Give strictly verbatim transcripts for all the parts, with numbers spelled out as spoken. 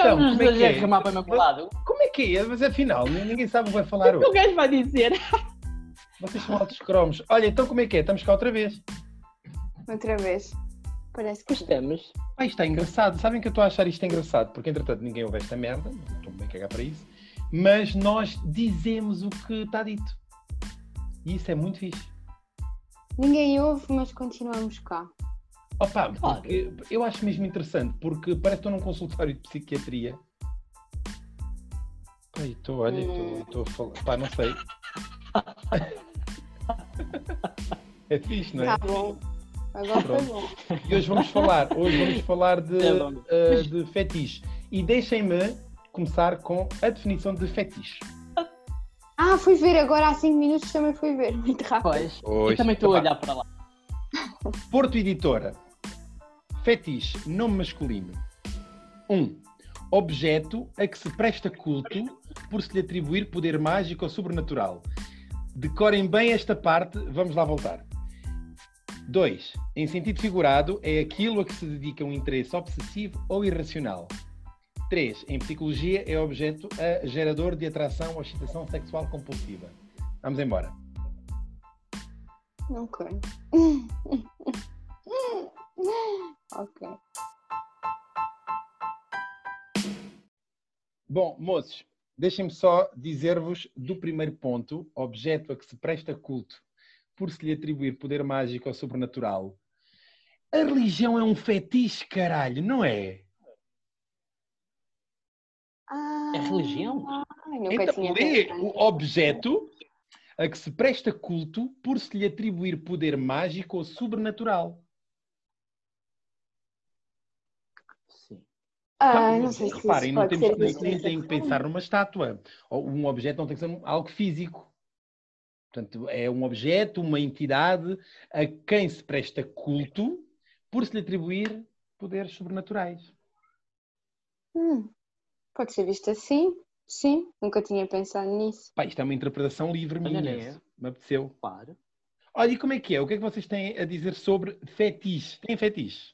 Então, Vamos como é que fazer é? remar para o meu lado. Como é que é? Mas afinal, ninguém sabe o que vai falar O que o hoje. gajo vai dizer? Vocês são altos cromos. Olha, então como é que é? Estamos cá outra vez. Outra vez. Parece que Estamos. Ah, isto é engraçado. Sabem que eu estou a achar isto engraçado? Porque, entretanto, ninguém ouve esta merda. Não estou bem a cagar para isso. Mas nós dizemos o que está dito. E isso é muito fixe. ninguém ouve, mas continuamos cá. Opa, porque eu acho mesmo interessante, porque parece que estou num consultório de psiquiatria. Ai, estou, olha, Hum. estou a falar. Pá, não sei. É fixe, não é? Tá bom. Agora foi Pronto. bom. E hoje vamos falar, hoje vamos falar de, É bom. uh, de fetiche. E deixem-me começar com a definição de fetiche. Ah, fui ver agora há cinco minutos, também fui ver. Muito rápido. Pois. Pois. Eu também estou a Epá. olhar para lá. Porto Editora. Fetiche, nome masculino. um. Objeto a que se presta culto por se lhe atribuir poder mágico ou sobrenatural. Decorem bem esta parte, vamos lá voltar. dois. Em sentido figurado, é aquilo a que se dedica um interesse obsessivo ou irracional. três. Em psicologia, é objeto a gerador de atração ou excitação sexual compulsiva. Vamos embora. Ok. Ok. Bom, moços, deixem-me só dizer-vos do primeiro ponto, objeto a que se presta culto por se lhe atribuir poder mágico ou sobrenatural. A religião é um fetiche, caralho, não é? Ah, É religião? ai, nunca Então, tinha lê pensado. o objeto a que se presta culto por se lhe atribuir poder mágico ou sobrenatural. Sim. Ah, Então, não sei se reparem, isso não pode temos, ser nem, visto nem dessa tem que forma. pensar numa estátua. Ou um objeto não tem que ser algo físico. Portanto, é um objeto, uma entidade a quem se presta culto por se lhe atribuir poderes sobrenaturais. Hum, pode ser visto assim? Sim, nunca tinha pensado nisso. Pá, isto é uma interpretação livre Olha, minha. né? Me apeteceu. Claro. Olha, e como é que é? O que é que vocês têm a dizer sobre fetiche? Tem fetiche?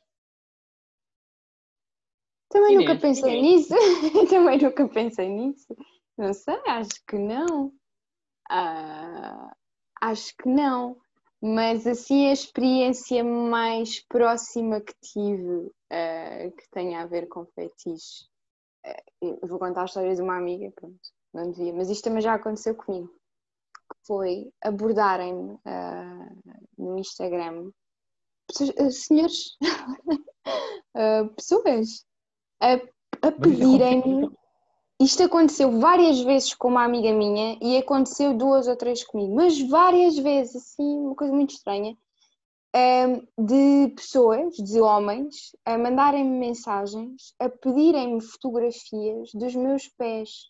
Também nunca Inês, pensei nisso. Também nunca pensei nisso. Não sei, acho que não. Ah, acho que não. Mas assim, a experiência mais próxima que tive, ah, que tenha a ver com fetiche. ah, eu vou contar a história de uma amiga, pronto, não devia, mas isto também já aconteceu comigo. Que foi abordarem-me ah, no Instagram, pessoas- ah, senhores, ah, pessoas, a, a Mas isso pedirem-me. Isto aconteceu várias vezes com uma amiga minha e aconteceu duas ou três comigo, mas várias vezes, assim, uma coisa muito estranha, ahm, de pessoas, de homens, a mandarem-me mensagens, a pedirem-me fotografias dos meus pés.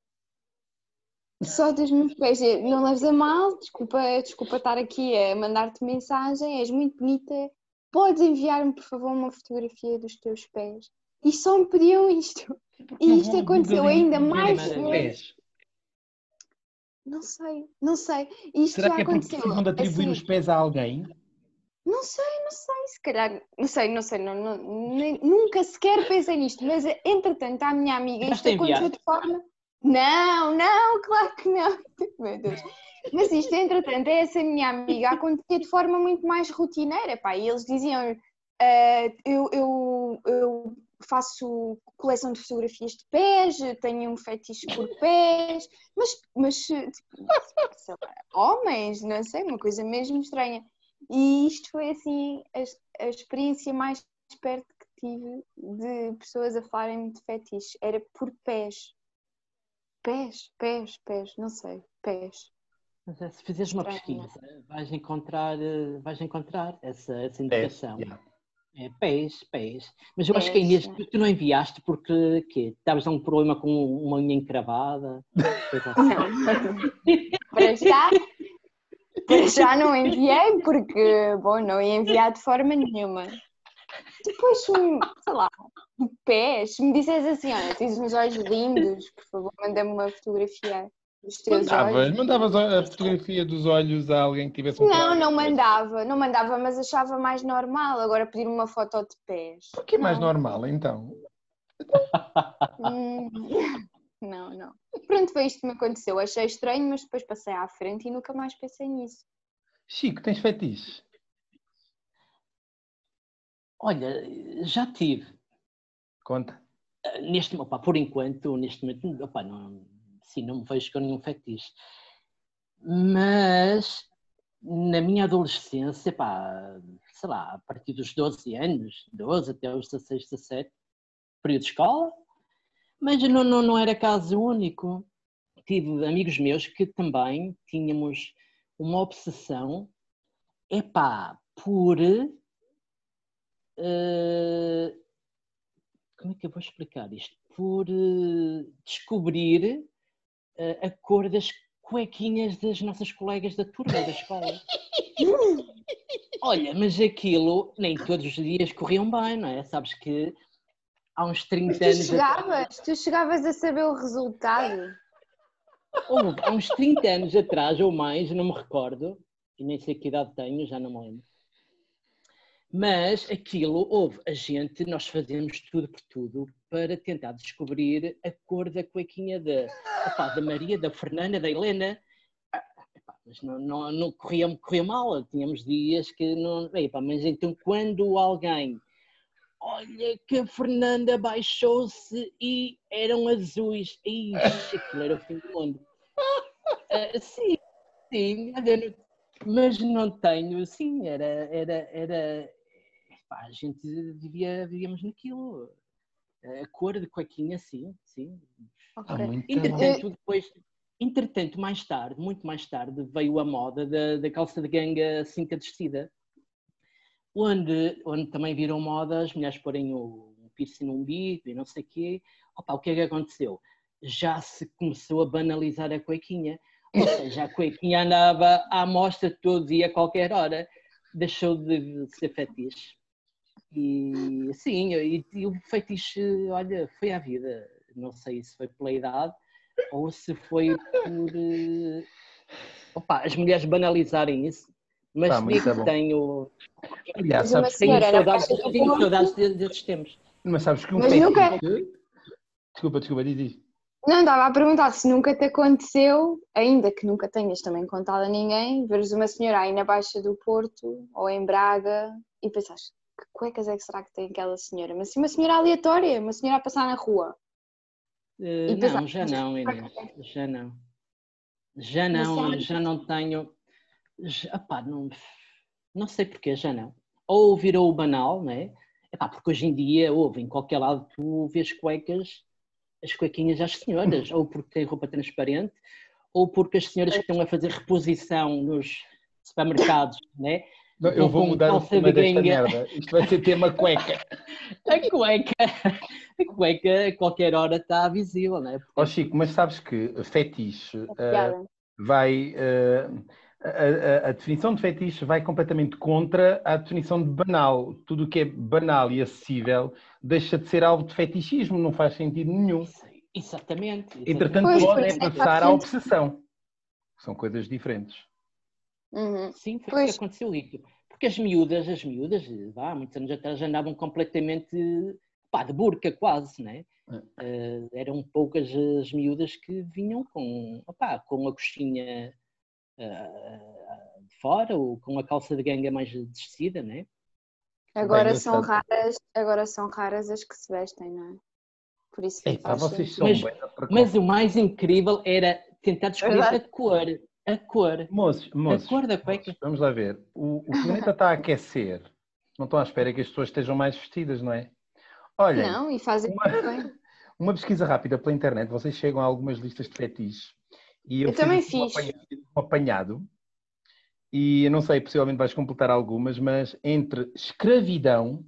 Só dos meus pés. Eu, não leves a mal, desculpa, desculpa estar aqui a mandar-te mensagem, és muito bonita, podes enviar-me, por favor, uma fotografia dos teus pés. E só me pediam isto. E isto aconteceu ainda mais maravilha. vezes. Não sei, não sei. Isto Será já que é porque aconteceu. precisam de atribuir assim, os pés a alguém? Não sei, não sei, se calhar, não sei, não sei, não, não, nem- nunca sequer pensei nisto, mas entretanto, à minha amiga, isto Tentaste enviar? aconteceu de forma. Não, não, claro que não. Meu Deus. Mas isto, entretanto, é essa minha amiga acontecia de forma muito mais rotineira, pá, e eles diziam, ah, eu, eu, eu faço coleção de fotografias de pés, tenho um fetiche por pés, mas, mas tipo, sei lá, homens, não sei, uma coisa mesmo estranha. E isto foi assim a, a experiência mais perto que tive de pessoas a falarem de fetiche. Era por pés. Pés, pés, pés, não sei, pés. Mas é, se fizeres uma Estranho, não é? pesquisa, vais encontrar, eh, vais encontrar essa, essa É, indicação. yeah. É, pés, pés. Mas eu acho que a Pés, Inês, é. tu, tu não enviaste porque quê? Estavas a um problema com uma unha encravada? Coisa assim. Não. Para já, para já não enviei porque, bom, não ia enviar de forma nenhuma. Depois, hum, sei lá, de pés, se me disseres assim, olha, tens uns olhos lindos, por favor, manda-me uma fotografia dos teus Mandavas, olhos. mandavas a fotografia dos olhos a alguém que tivesse um Não, problema. não mandava, não mandava, mas achava mais normal. Agora pedir uma foto de pés. O que é mais Não. normal, então? Hum, não, não. Pronto, foi isto que me aconteceu. Achei estranho, mas depois passei à frente e nunca mais pensei nisso. Chico, tens fetiches? Olha, já tive. Conta. Neste, opa, por enquanto, neste momento, opa, não, sim, não me vejo com nenhum fetiche. Mas na minha adolescência, pá, sei lá, a partir dos doze anos, doze até os dezasseis, dezassete, período de escola, mas não, não, não era caso único. Tive amigos meus que também tínhamos uma obsessão, epá, por... Uh, como é que eu vou explicar isto? Por uh, descobrir uh, a cor das cuequinhas das nossas colegas da turma da escola. Olha, mas aquilo nem todos os dias corriam bem, não é? Sabes que há uns trinta tu anos... Chegavas, tu chegavas a saber o resultado? Ou, há uns trinta anos atrás ou mais, não me recordo, e nem sei que idade tenho, já não me lembro. Mas aquilo, houve a gente, nós fazemos tudo por tudo para tentar descobrir a cor da cuequinha da, opa, da Maria, da Fernanda, da Helena. Ah, epá, mas não, não, não corria, corria mal, tínhamos dias que não... Epá, mas então quando alguém... Olha que a Fernanda baixou-se e eram azuis. Ixi, aquilo era o fim do mundo. Uh, sim, sim, mas não tenho, sim, era... era, era a gente vivia, vivíamos naquilo. A cor de cuequinha, sim, sim. Okay. Muito Entretanto, depois, entretanto, mais tarde, muito mais tarde, veio a moda da, da calça de ganga cinta descida, onde, onde também viram moda as mulheres porem o um piercing no umbigo e não sei o quê. Opa, o que é que aconteceu? Já se começou a banalizar a cuequinha. Ou seja, a cuequinha andava à mostra todo dia, a qualquer hora. Deixou de ser fetiche. E sim, e, e o fetiche, olha, foi à vida. Não sei se foi pela idade ou se foi por uh, opa, as mulheres banalizarem isso, mas Pá, digo muito que bom. tenho, Aliás, Mas uma sabes que, tenho senhora na saudades, faixa do tenho ponto, saudades desses tempos. mas sabes que um mas fetiche... nunca... Desculpa, desculpa, diz isso. Não, estava a perguntar se nunca te aconteceu, ainda que nunca tenhas também contado a ninguém, veres uma senhora aí na Baixa do Porto ou em Braga e pensares, que cuecas é que será que tem aquela senhora? Mas sim, uma senhora aleatória, uma senhora a passar na rua. Uh, E não, pensares, já não, Inês, já não. Já mas não, sabe, já não tenho, já, opá, não, não sei porquê, já não. Ou virou o banal, não é? Epá, porque hoje em dia, ouve, em qualquer lado tu vês cuecas, as cuequinhas às senhoras, ou porque têm roupa transparente, ou porque as senhoras que estão a fazer reposição nos supermercados, né? Não, eu Vão vou com mudar o calça de tema desta ganga. merda. Isto vai ser tema cueca. A cueca, a cueca a qualquer hora está visível, né? Ó oh, Chico, mas sabes que fetiche piada. uh, vai... Uh, a, a, a definição de fetiche vai completamente contra a definição de banal. Tudo o que é banal e acessível deixa de ser alvo de fetichismo, não faz sentido nenhum. Isso, exatamente, exatamente. Entretanto, Pois, pode por é isso é que passar há à gente- obsessão. São coisas diferentes. Uhum. Sim, foi o Pois, que aconteceu isso. Porque as miúdas, as miúdas, há muitos anos atrás andavam completamente, pá, de burca quase, né? Uh, eram poucas as miúdas que vinham com, opá, com a coxinha uh, de fora ou com a calça de ganga mais descida, né? agora são raras, agora são raras as que se vestem, não é? Por isso Ei, pá, faz vocês sentido. são Mas, bem mas o mais incrível era tentar descobrir Verdade. a cor, a cor, Moços, a moços, cor da moços, cueca. vamos lá ver. O, o planeta está a aquecer. Não estão à espera que as pessoas estejam mais vestidas, não é? Olhem, Não, e fazem uma, muito bem. uma pesquisa rápida pela internet, vocês chegam a algumas listas de fetiches e eu, Eu fiz também assim um fiz. apanhado, um apanhado e eu não sei, possivelmente vais completar algumas, mas entre escravidão,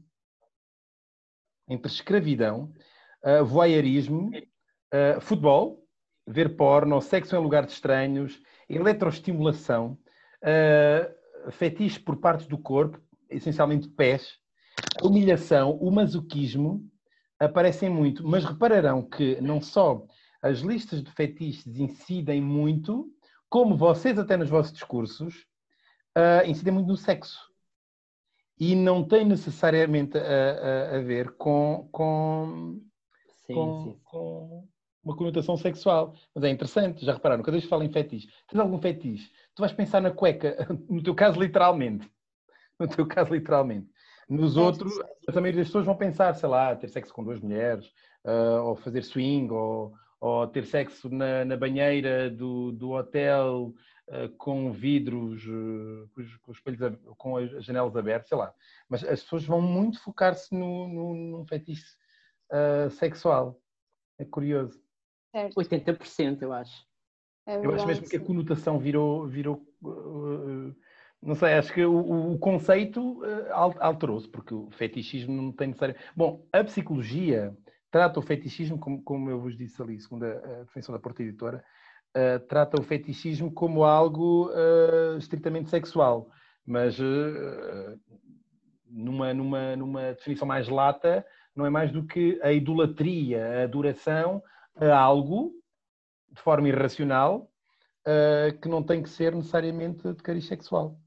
entre escravidão, uh, voyeurismo, uh, futebol, ver porno, sexo em lugares estranhos, eletroestimulação, uh, fetiche por partes do corpo, essencialmente pés, a humilhação, o masoquismo, aparecem muito, mas repararão que não só as listas de fetiches incidem muito, como vocês até nos vossos discursos, uh, incidem muito no sexo. E não tem necessariamente a, a, a ver com, com, sim, com, sim. com uma conotação sexual. Mas é interessante, já repararam, cada vez que falo em fetiche, tens algum fetiche? Tu vais pensar na cueca, no teu caso literalmente. No teu caso literalmente. Nos outros, a maioria das pessoas vão pensar, sei lá, ter sexo com duas mulheres, uh, ou fazer swing, ou, ou ter sexo na, na banheira do, do hotel uh, com vidros, uh, com, os, com, os espelhos, com as janelas abertas, sei lá. Mas as pessoas vão muito focar-se no, no, num fetiche uh, sexual. É curioso. Certo. oitenta por cento, eu acho. É Eu verdade, acho mesmo que a sim. conotação virou... virou uh, não sei, acho que o, o conceito uh, alterou-se, porque o fetichismo não tem necessário... Bom, a psicologia trata o fetichismo, como, como eu vos disse ali, segundo a, a definição da Porta Editora, uh, trata o fetichismo como algo uh, estritamente sexual, mas uh, numa, numa, numa definição mais lata, não é mais do que a idolatria, a adoração a algo de forma irracional, uh, que não tem que ser necessariamente de cariz sexual.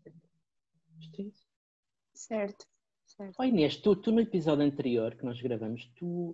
Certo. certo. Oh, Inês, tu, tu no episódio anterior que nós gravamos, tu,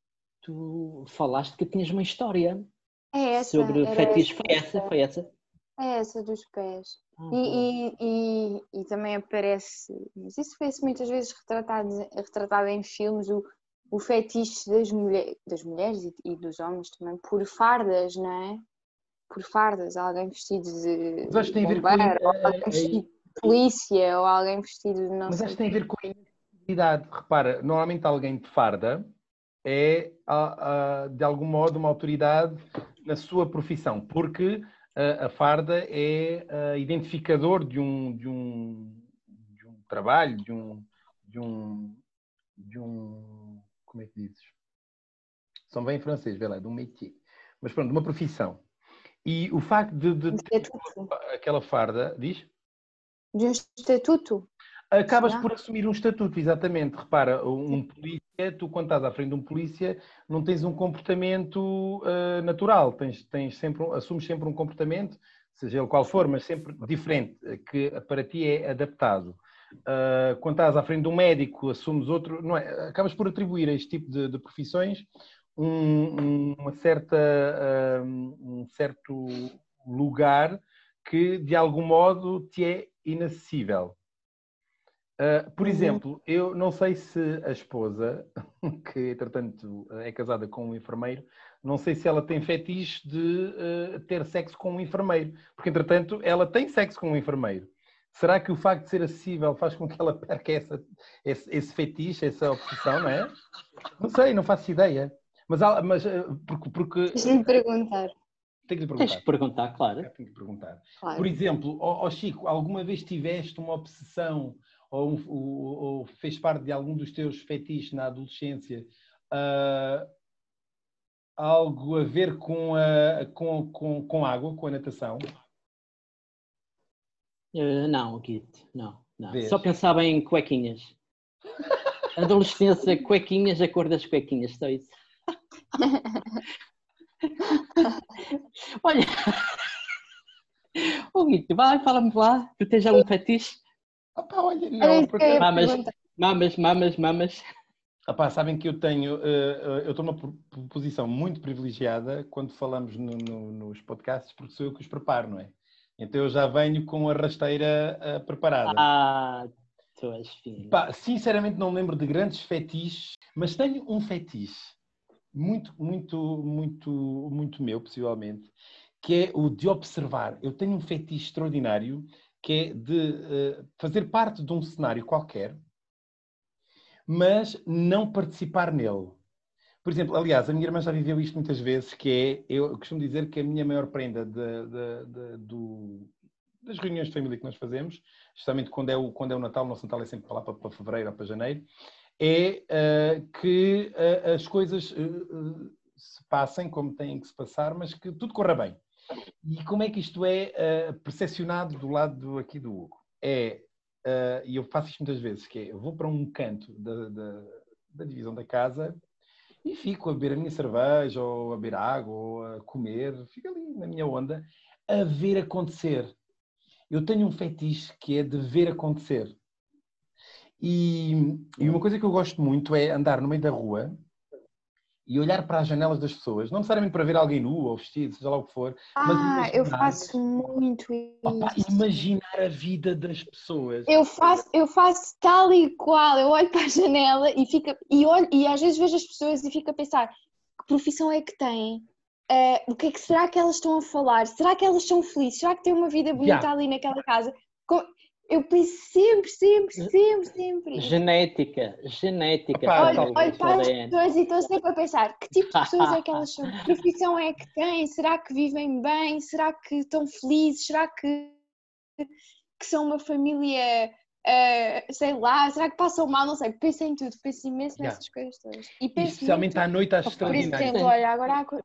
tu falaste que tinhas uma história É essa, sobre era fetiche. essa. Foi essa? Foi essa? É essa dos pés. Ah, E, e, e, e também aparece, mas isso foi-se muitas vezes retratado, retratado em filmes, o, o fetiche das, mulher, das mulheres e, e dos homens também, por fardas, não é? Por fardas, alguém vestido de Mas acho que tem a ver com a, bombeiro, ou alguém a, vestido de polícia, ou alguém vestido de não mas sei acho o que tem a quê. ver com a inacessibilidade. Repara, normalmente alguém de farda é, a, a, de algum modo, uma autoridade na sua profissão, porque a, a farda é a, identificador de um, de, um, de um trabalho, de um, de um, de um... Como é que dizes? São bem francês, vê lá, de um métier. Mas pronto, de uma profissão. E o facto de, de Um ter estatuto. aquela farda, diz? De um estatuto. Acabas Será? por assumir um estatuto, exatamente. Repara, um polícia, tu quando estás à frente de um polícia, não tens um comportamento uh, natural, tens, tens sempre, assumes sempre um comportamento, seja ele qual for, mas sempre diferente, que para ti é adaptado. Uh, quando estás à frente de um médico, assumes outro, não é? Acabas por atribuir a este tipo de, de profissões um, uma certa, um, um certo lugar que, de algum modo, te é inacessível. Uh, por Uhum. exemplo, eu não sei se a esposa, que entretanto é casada com um enfermeiro, não sei se ela tem fetiche de uh, ter sexo com um enfermeiro, porque entretanto ela tem sexo com um enfermeiro. Será que o facto de ser acessível faz com que ela perca essa, esse, esse fetiche, essa obsessão, não é? Não sei, não faço ideia. Mas, mas uh, porque... porque Deixa-me perguntar. tenho que lhe Tens perguntar. que perguntar, claro. Eu tenho que perguntar. Claro. Por exemplo, ó, ó Chico, alguma vez tiveste uma obsessão ou, um, ou, ou fez parte de algum dos teus fetiches na adolescência uh, algo a ver com, a, com, com, com água, com a natação? Uh, não, Guito, não, não. Vês? Só pensava em cuequinhas. Adolescência, cuequinhas, a cor das cuequinhas, só isso. Olha, oh, Guito, vai, fala-me lá, tu tens algum fetiche? Opa, olha, não, Era isso porque... que eu ia Mamas, perguntar. mamas, mamas, mamas. Opa, sabem que eu tenho, uh, uh, eu estou numa posição muito privilegiada quando falamos no, no, nos podcasts, porque sou eu que os preparo, não é? Então eu já venho com a rasteira uh, preparada. Ah, tu és filho. Pá, sinceramente não me lembro de grandes fetiches, mas tenho um fetiche muito, muito, muito, muito meu, possivelmente, que é o de observar. Eu tenho um fetiche extraordinário, que é de uh, fazer parte de um cenário qualquer, mas não participar nele. Por exemplo, aliás, a minha irmã já viveu isto muitas vezes, que é, eu costumo dizer que a minha maior prenda de, de, de, do, das reuniões de família que nós fazemos, justamente quando é o, quando é o Natal, o nosso Natal é sempre para lá para, para fevereiro ou para janeiro, é uh, que uh, as coisas uh, se passem como têm que se passar, mas que tudo corra bem. E como é que isto é uh, percepcionado do lado aqui do Hugo? É, uh, e eu faço isto muitas vezes, que é, eu vou para um canto da, da, da divisão da casa e fico a beber a minha cerveja, ou a beber água, ou a comer, fico ali na minha onda, a ver acontecer. Eu tenho um fetiche que é de ver acontecer. E, e uma coisa que eu gosto muito é andar no meio da rua e olhar para as janelas das pessoas, não necessariamente para ver alguém nu ou vestido, seja lá o que for, mas Ah, eu imaginar, faço muito opa, isso. imaginar a vida das pessoas. Eu faço, eu faço tal e qual. Eu olho para a janela e, fica, e, olho, e às vezes vejo as pessoas e fico a pensar que profissão é que têm? Uh, o que é que será que elas estão a falar? Será que elas são felizes? Será que têm uma vida bonita Yeah. ali naquela casa? Com- Eu penso sempre, sempre, sempre, sempre. Genética, genética. Opa, Olho, tal- olho para as A D N. pessoas e estou sempre a pensar que tipo de pessoas é que elas são? Que profissão é que têm? Será que vivem bem? Será que estão felizes? Será que, que são uma família, uh, sei lá, será que passam mal? Não sei, penso em tudo, penso imenso Yeah. nessas coisas todas. E E penso especialmente muito, à noite acho Opa, por extraordinário. exemplo, olha, agora há co-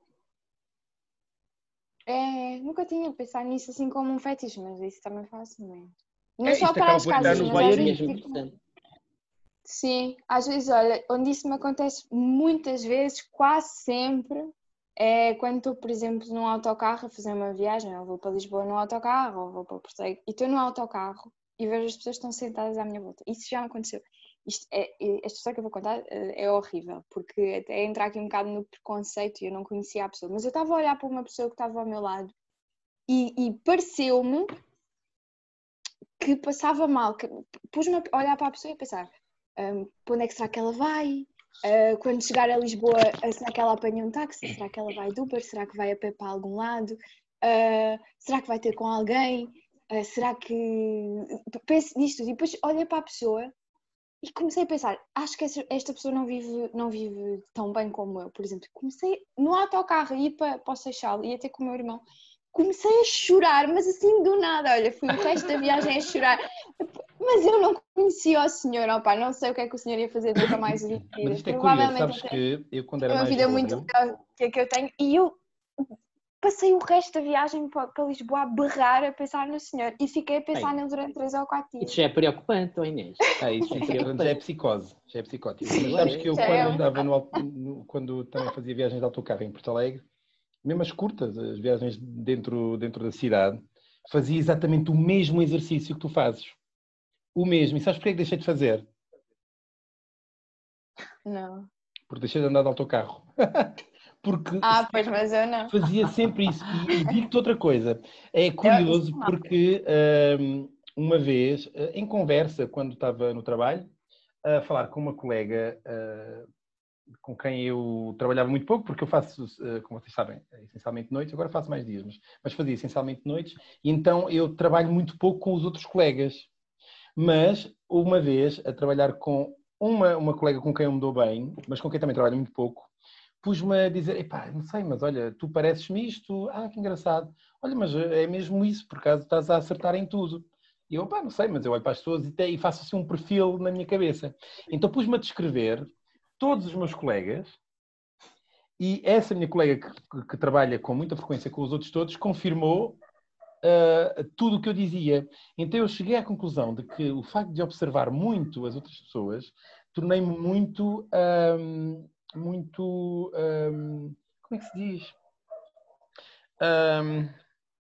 é, nunca tinha pensado nisso assim como um fetiche, mas isso também faço muito. Não É, só isto para acaba as por entrar casas, no mas às vezes voyeurismo. tipo, sim, às vezes, olha, onde isso me acontece muitas vezes, quase sempre, é quando estou, por exemplo, num autocarro a fazer uma viagem, eu vou para Lisboa num autocarro, ou vou para Porto Alegre, e estou num autocarro e vejo as pessoas que estão sentadas à minha volta. Isso já me aconteceu. Isto é, é- esta história que eu vou contar eh, é horrível, porque até entra aqui um bocado no preconceito e eu não conhecia a pessoa, mas eu estava a olhar para uma pessoa que estava ao meu lado e, e pareceu-me que passava mal, que pus-me a olhar para a pessoa e a pensar, um, para onde é que será que ela vai? Uh, quando chegar a Lisboa, uh, será que ela apanha um táxi? Será que ela vai de Uber? Será que vai a pé para algum lado? Uh, será que vai ter com alguém? Uh, será que... Penso nisto tudo. E depois olhei para a pessoa e comecei a pensar, acho que esta pessoa não vive, não vive tão bem como eu, por exemplo. Comecei no autocarro a ir para, para o Seixal, ia ter com o meu irmão. Comecei a chorar, mas assim do nada, olha, fui o resto da viagem a chorar. Mas eu não conhecia o senhor, opa, não sei o que é que o senhor ia fazer nunca mais na vida. Mas isto é curioso, Provavelmente sabes ele que eu quando tem era uma mais vida muito novo, melhor que a que eu tenho e eu passei o resto da viagem para, para Lisboa a berrar, a pensar no senhor e fiquei a pensar Bem, nele durante três ou quatro dias. isso já é preocupante, oh Inês. ah, isso, isso é, já é psicose, já é psicótico. Sim, Mas sabes é. que eu Já quando é um- andava no, auto- no- quando também fazia viagens de autocarro em Porto Alegre, mesmo as curtas, as viagens dentro, dentro da cidade, fazia exatamente o mesmo exercício que tu fazes. O mesmo. E sabes porquê que deixei de fazer? Não. Porque deixei de andar de autocarro. Porque Ah, pois, mas eu não. fazia sempre isso. E, e digo-te outra coisa. É Eu, isso curioso não. porque hum, uma vez, eh, em conversa, quando estava no trabalho, a falar com uma colega uh, com quem eu trabalhava muito pouco, porque eu faço, uh, como vocês sabem, essencialmente noites, agora faço mais dias, mas, mas fazia essencialmente noites, e então eu trabalho muito pouco com os outros colegas. Mas, uma vez, a trabalhar com uma, uma colega com quem eu me dou bem, mas com quem também trabalho muito pouco, pus-me a dizer, epá, não sei, mas olha, tu pareces-me isto, ah, que engraçado. Olha, mas é mesmo isso, por acaso estás a acertar em tudo. E eu, pá, não sei, mas eu olho para as pessoas e, te, e faço assim um perfil na minha cabeça. Então pus-me a descrever todos os meus colegas e essa minha colega que, que, que trabalha com muita frequência com os outros todos confirmou uh, tudo o que eu dizia. Então eu cheguei à conclusão de que o facto de observar muito as outras pessoas tornei-me muito... Um, muito... Um, como é que se diz? Um,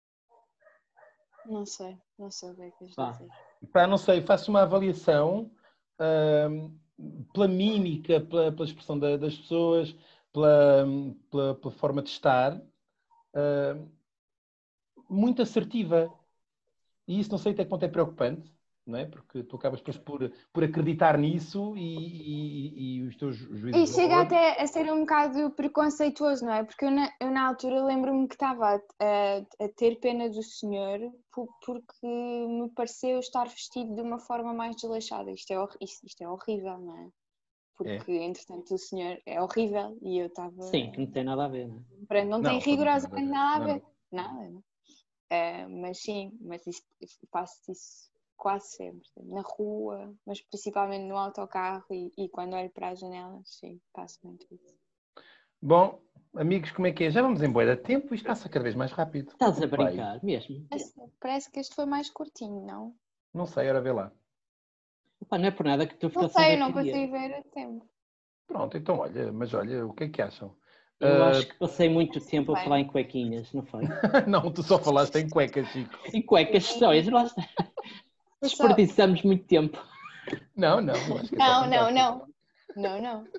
Não sei, não sei o que é que queres Pá. dizer. pá, não sei, faço uma avaliação um, pela mímica, pela, pela expressão da, das pessoas, pela, pela, pela forma de estar, uh, muito assertiva. E isso não sei até que ponto é preocupante, não é? Porque tu acabas depois por, por acreditar nisso e, e, e os teus juízos E de chega valor. até a ser um bocado preconceituoso, não é? Porque eu na, eu, na altura lembro-me que estava a, a, a ter pena do senhor por, porque me pareceu estar vestido de uma forma mais desleixada. Isto é, hor- isto, isto é horrível, não é? Porque, É. entretanto, o senhor é horrível e eu estava... Sim, que não tem nada a ver, não é? Pronto, não tem Não, pode não ter nada a rigorosamente ver. nada a Não, ver. não. Nada, não. É, mas sim, mas isto, isto- faço isso quase sempre. Na rua, mas principalmente no autocarro e, e quando olho para as janelas, sim, faço muito isso. Bom, amigos, como é que é? Já vamos em bué de tempo, isto passa cada vez mais rápido. Estás a Vai. brincar, mesmo. Mas parece que este foi mais curtinho, não? Não sei, ora vê lá. Opa, não é por nada que tu Não ficas sei, a eu não querer. consigo ver o tempo. Pronto, então olha, mas olha, o que é que acham? Eu Uh, acho que passei muito tempo a bem. falar em cuequinhas, não foi? não, tu só falaste em cuecas, Chico. Em cuecas, sóis, lá está. Eu só- Desperdiçamos muito tempo. Não, não, eu acho que é só Não, não, fantástico. não. Não, não.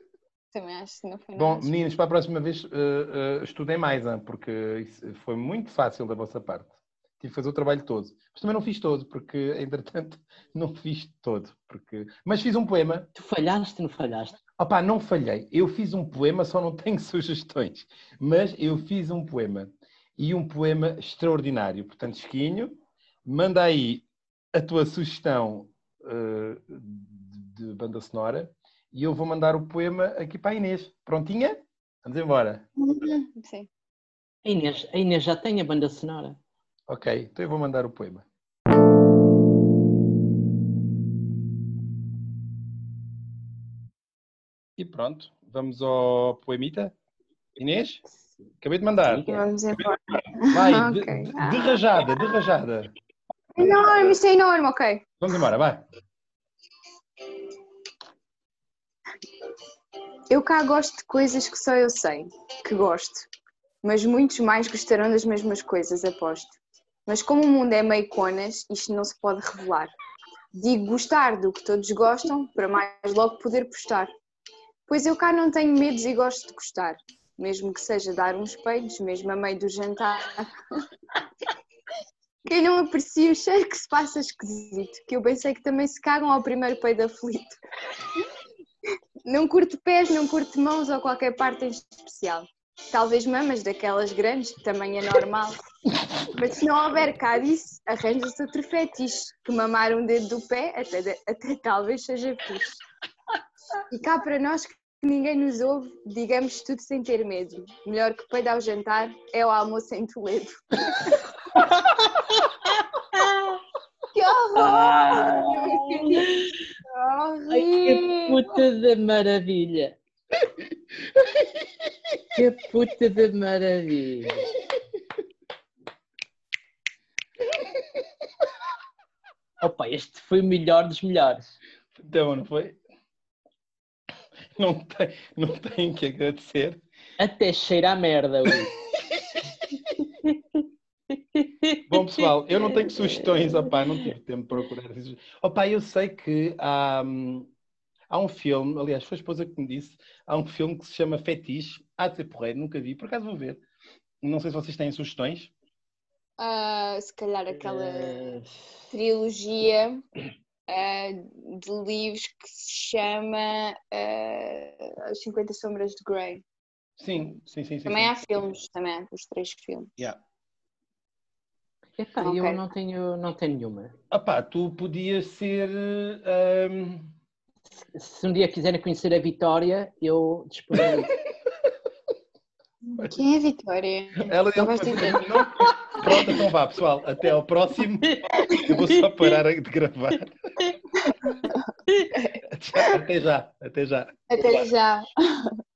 Também acho que não foi Bom, nada. meninos, para a próxima vez uh, uh, estudem mais, hein, porque isso foi muito fácil da vossa parte. Tive que fazer o trabalho todo. Mas também não fiz todo, porque, entretanto, não fiz todo. Porque... Mas fiz um poema. Tu falhaste, não falhaste? Opá, não falhei. Eu fiz um poema, só não tenho sugestões. Mas eu fiz um poema. E um poema extraordinário. Portanto, Chiquinho, manda aí a tua sugestão uh, de, de banda sonora. E eu vou mandar o poema aqui para a Inês. Prontinha? Vamos embora. Sim. A Inês, a Inês já tem a banda sonora. Ok, então eu vou mandar o poema. E pronto, vamos ao poemita. Inês? Acabei de mandar. Vamos embora. Vai, de, Ok. de, de rajada, de rajada. Enorme, isto é enorme, ok. Vamos embora, vai. Eu cá gosto de coisas que só eu sei, que gosto. Mas muitos mais gostarão das mesmas coisas, aposto. Mas como o mundo é meio conas, isto não se pode revelar. Digo gostar do que todos gostam, para mais logo poder postar. Pois eu cá não tenho medos e gosto de gostar. Mesmo que seja dar uns peidos, mesmo a meio do jantar. Quem não aprecia o cheiro que se passa esquisito, que eu bem sei que também se cagam ao primeiro peido aflito. Não curto pés, não curto mãos ou qualquer parte em especial. Talvez mamas daquelas grandes, de tamanho anormal. Mas se não houver cá disso, arranja-se outro fetiche, que mamar um dedo do pé até, até talvez seja fixe. E cá para nós que ninguém nos ouve, digamos tudo sem ter medo. Melhor que peido ao jantar é o almoço em Toledo. Que horror! Ai, que puta de maravilha! Que puta de maravilha! Opa, este foi o melhor dos melhores. Então, não foi? Não tem, não tem que agradecer. Até cheira a merda, Ui. Bom, pessoal, eu não tenho sugestões, opá, não tive tempo de procurar. Opá, eu sei que há, há um filme, aliás, foi a esposa que me disse, há um filme que se chama Fetiche, há de ser porreiro, nunca vi, por acaso vou ver. Não sei se vocês têm sugestões. Uh, se calhar aquela Uh, trilogia uh, de livros que se chama uh, As cinquenta Sombras de Grey. Sim, sim, sim. sim Também sim. há filmes, também há os três filmes. Yeah. epá, Ok. eu não tenho, não tenho nenhuma. Opá, tu podias ser... hum, Se um dia quiserem conhecer a Vitória, eu disponibilizo. Quem é a Vitória? Ela Não ele vais foi- dizer. não- Pronto, então vá, pessoal. Até ao próximo. Eu vou só parar de gravar. Até já, até já. Até já.